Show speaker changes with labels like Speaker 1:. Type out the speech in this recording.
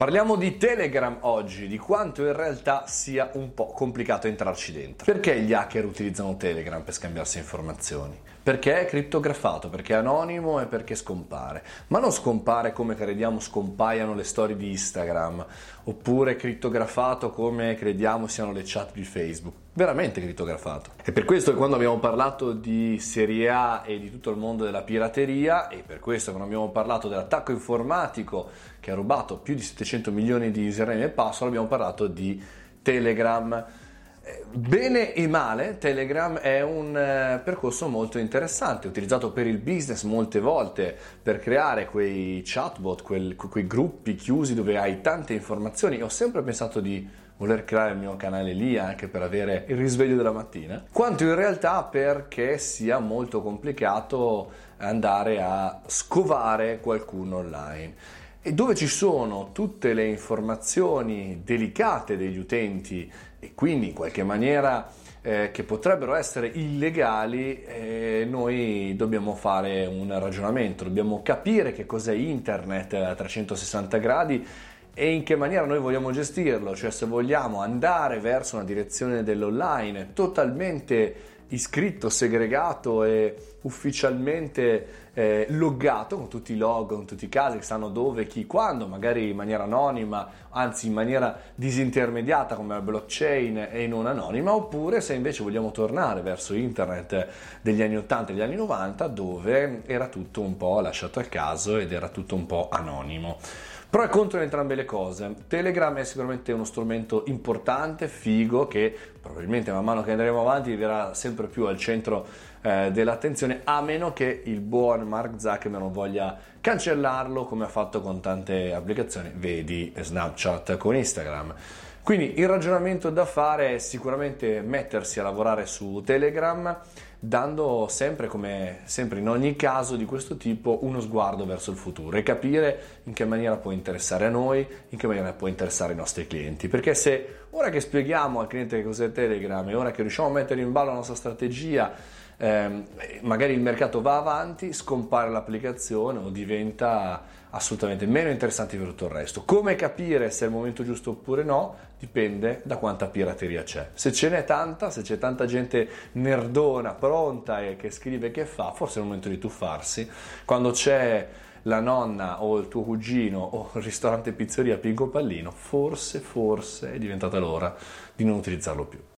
Speaker 1: Parliamo di Telegram oggi, di quanto in realtà sia un po' complicato entrarci dentro. Perché gli hacker utilizzano Telegram per scambiarsi informazioni? Perché è criptografato, perché è anonimo e perché scompare. Ma non scompare come crediamo scompaiano le storie di Instagram, oppure criptografato come crediamo siano le chat di Facebook. Veramente criptografato. E per questo che quando abbiamo parlato di Serie A e di tutto il mondo della pirateria, e per questo quando abbiamo parlato dell'attacco informatico che ha rubato più di 700 milioni di username e password, abbiamo parlato di Telegram. Bene e male, Telegram è un percorso molto interessante, utilizzato per il business molte volte, per creare quei chatbot, quei gruppi chiusi dove hai tante informazioni. Ho sempre pensato di voler creare il mio canale lì anche per avere il risveglio della mattina, quanto in realtà perché sia molto complicato andare a scovare qualcuno online. E dove ci sono tutte le informazioni delicate degli utenti e quindi in qualche maniera che potrebbero essere illegali, noi dobbiamo fare un ragionamento, dobbiamo capire che cos'è internet a 360 gradi e in che maniera noi vogliamo gestirlo, cioè se vogliamo andare verso una direzione dell'online totalmente iscritto, segregato e ufficialmente loggato, con tutti i log, con tutti i casi che sanno dove, chi, quando, magari in maniera anonima, anzi in maniera disintermediata come la blockchain e non anonima, oppure se invece vogliamo tornare verso internet degli anni 80 e degli anni 90 dove era tutto un po' lasciato al caso ed era tutto un po' anonimo. Pro e contro in entrambe le cose. Telegram è sicuramente uno strumento importante, figo, che probabilmente man mano che andremo avanti verrà sempre più al centro dell'attenzione, a meno che il buon Mark Zuckerberg non voglia cancellarlo come ha fatto con tante applicazioni, vedi Snapchat con Instagram. Quindi il ragionamento da fare è sicuramente mettersi a lavorare su Telegram, dando sempre, come sempre in ogni caso di questo tipo, uno sguardo verso il futuro e capire in che maniera può interessare a noi, in che maniera può interessare i nostri clienti. Perché se ora che spieghiamo al cliente che cos'è Telegram e ora che riusciamo a mettere in ballo la nostra strategia, magari il mercato va avanti, scompare l'applicazione o diventa assolutamente meno interessante per tutto il resto. Come capire se è il momento giusto oppure no dipende da quanta pirateria c'è. Se ce n'è tanta, se c'è tanta gente nerdona pronta e che scrive e che fa, forse è il momento di tuffarsi. Quando c'è la nonna o il tuo cugino o il ristorante pizzeria Pinco Pallino, forse è diventata l'ora di non utilizzarlo più.